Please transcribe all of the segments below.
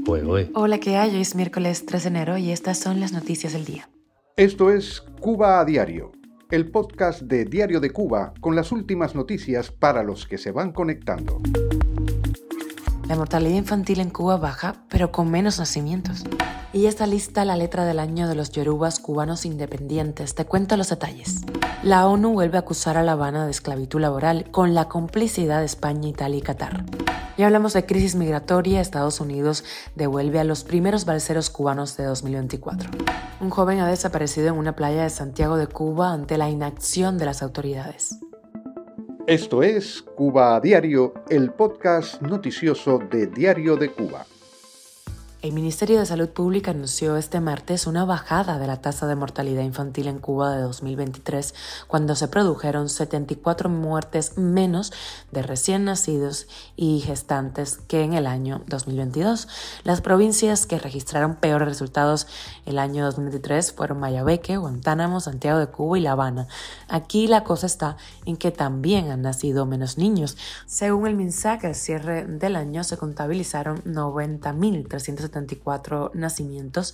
Oe, oe. Hola, ¿qué hay? Hoy es miércoles 3 de enero y estas son las noticias del día. Esto es Cuba a Diario, el podcast de Diario de Cuba con las últimas noticias para los que se van conectando. La mortalidad infantil en Cuba baja, pero con menos nacimientos. Y ya está lista la letra del año de los yorubas cubanos independientes. Te cuento los detalles. La ONU vuelve a acusar a La Habana de esclavitud laboral con la complicidad de España, Italia y Qatar. Ya hablamos de crisis migratoria. Estados Unidos devuelve a los primeros balseros cubanos de 2024. Un joven ha desaparecido en una playa de Santiago de Cuba ante la inacción de las autoridades. Esto es Cuba a Diario, el podcast noticioso de Diario de Cuba. El Ministerio de Salud Pública anunció este martes una bajada de la tasa de mortalidad infantil en Cuba de 2023, cuando se produjeron 74 muertes menos de recién nacidos y gestantes que en el año 2022. Las provincias que registraron peores resultados el año 2023 fueron Mayabeque, Guantánamo, Santiago de Cuba y La Habana. Aquí la cosa está en que también han nacido menos niños. Según el MINSAC, al cierre del año se contabilizaron 90.374 nacimientos,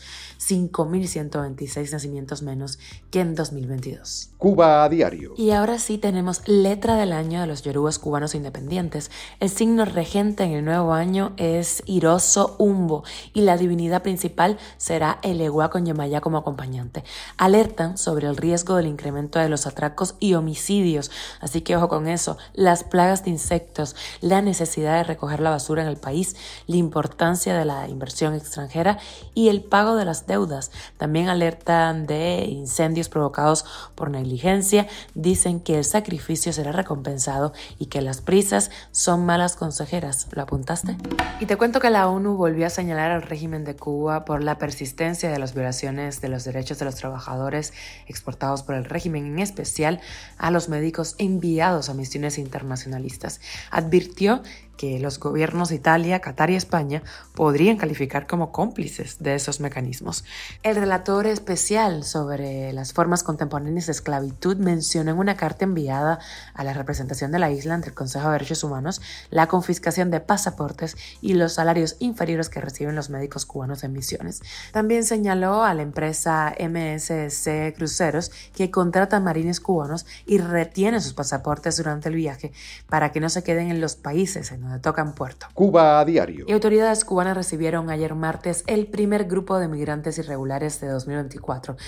5.126 nacimientos menos que en 2022. Cuba a Diario. Y ahora sí tenemos letra del año de los yorubas cubanos independientes. El signo regente en el nuevo año es Iroso Umbo y la divinidad principal será el Eguá con Yemayá como acompañante. Alertan sobre el riesgo del incremento de los atracos y homicidios, así que ojo con eso. Las plagas de insectos, la necesidad de recoger la basura en el país, la importancia de la inversión extranjera y el pago de las deudas. También alertan de incendios provocados por negligencia. Dicen que el sacrificio será recompensado y que las prisas son malas consejeras. ¿Lo apuntaste? Y te cuento que la ONU volvió a señalar al régimen de Cuba por la persistencia de las violaciones de los derechos de los trabajadores exportados por el régimen, en especial a los médicos enviados a misiones internacionalistas. Advirtió que los gobiernos de Italia, Qatar y España podrían calificar como cómplices de esos mecanismos. El relator especial sobre las formas contemporáneas de esclavitud mencionó en una carta enviada a la representación de la isla ante el Consejo de Derechos Humanos la confiscación de pasaportes y los salarios inferiores que reciben los médicos cubanos en misiones. También señaló a la empresa MSC Cruceros que contrata marines cubanos y retiene sus pasaportes durante el viaje para que no se queden en los países en donde tocan puerto. Cuba a Diario. Y autoridades cubanas recibieron ayer martes el primer grupo de migrantes irregulares de 2024,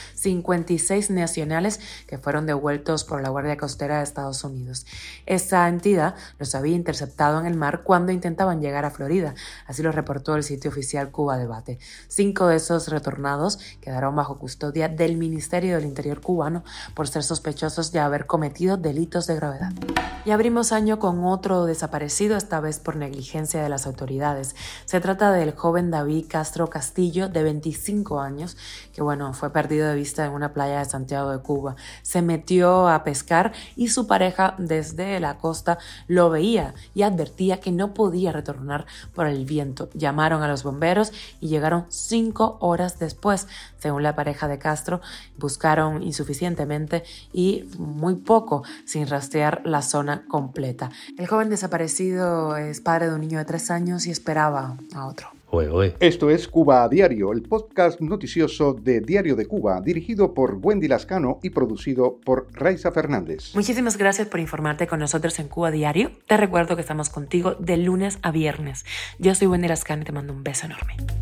56 nacionales que fueron devueltos por la Guardia Costera de Estados Unidos. Esta entidad los había interceptado en el mar cuando intentaban llegar a Florida, así lo reportó el sitio oficial Cuba Debate. 5 de esos retornados quedaron bajo custodia del Ministerio del Interior cubano por ser sospechosos de haber cometido delitos de gravedad. Y abrimos año con otro desaparecido, esta vez por negligencia de las autoridades. Se trata del joven David Castro Castillo, de 25 años, que fue perdido de vista en una playa de Santiago de Cuba. Se metió a pescar y su pareja desde la costa lo veía y advertía que no podía retornar por el viento. Llamaron a los bomberos y llegaron 5 horas después. Según la pareja de Castro, buscaron insuficientemente y muy poco, sin rastrear la zona completa. El joven desaparecido es padre de un niño de 3 años y esperaba a otro. Oe, oe. Esto es Cuba a Diario, el podcast noticioso de Diario de Cuba, dirigido por Wendy Lascano y producido por Raiza Fernández. Muchísimas gracias por informarte con nosotros en Cuba Diario. Te recuerdo que estamos contigo de lunes a viernes. Yo soy Wendy Lascano y te mando un beso enorme.